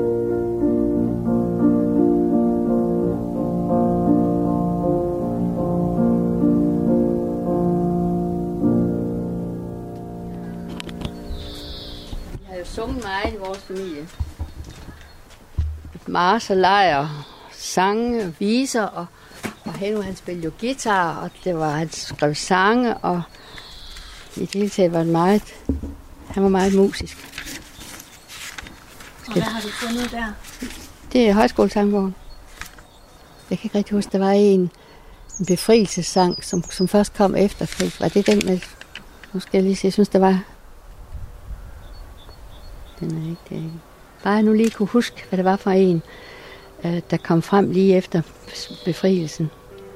Speaker 2: Vi har jo sunget meget i vores familie. Mars og lejr, sange, viser, og, og Henrik han spillede jo guitar, og det var, han skrev sange, og i det hele taget var det meget, han var meget musisk.
Speaker 1: Og hvad har du fundet der?
Speaker 2: Det er højskolesangbogen. Jeg kan ikke rigtig huske, der var en, en befrielsessang, som, som først kom efter krig. Var det den med, nu skal jeg lige se, jeg synes, der var, den er ikke, det er ikke. Bare jeg nu lige kunne huske, hvad det var for en, der kom frem lige efter befrielsen.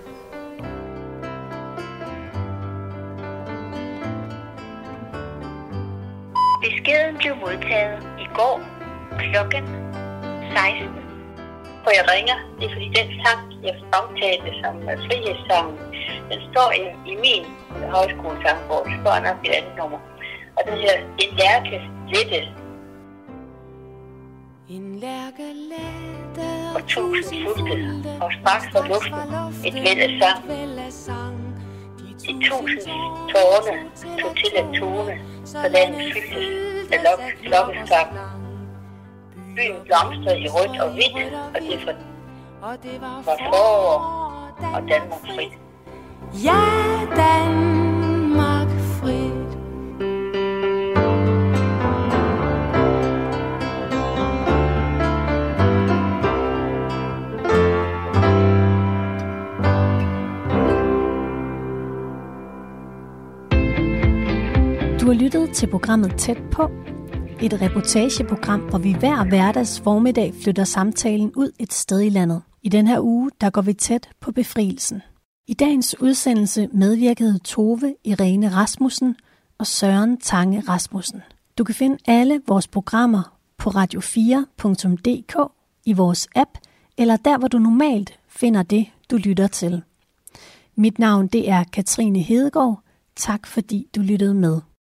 Speaker 8: Beskeden blev modtaget i går klokken seksten. For jeg ringer, det er fordi den sang, jeg omtalte som frihedssangen, den står i, i min højskolesangbog, det står nok i et andet nummer. Og den siger, en lærke lette.
Speaker 4: En lærke lette
Speaker 8: og tusind fulgte, og straks fra luften et væld af sang. De tusind tårne tog til at tone, så landet fyldtes af klokkeskab. Byen blomstrede i rødt og hvidt, og det, for,
Speaker 4: og det var
Speaker 8: forår og Danmark frit.
Speaker 4: Ja, Danmark frit.
Speaker 1: Du har lyttet til programmet Tæt på, et reportageprogram, hvor vi hver hverdags formiddag flytter samtalen ud et sted i landet. I den her uge, der går vi tæt på befrielsen. I dagens udsendelse medvirkede Tove Irene Rasmussen og Søren Tange Rasmussen. Du kan finde alle vores programmer på radio fire punktum d k, i vores app, eller der, hvor du normalt finder det, du lytter til. Mit navn, det er Katrine Hedegaard. Tak fordi du lyttede med.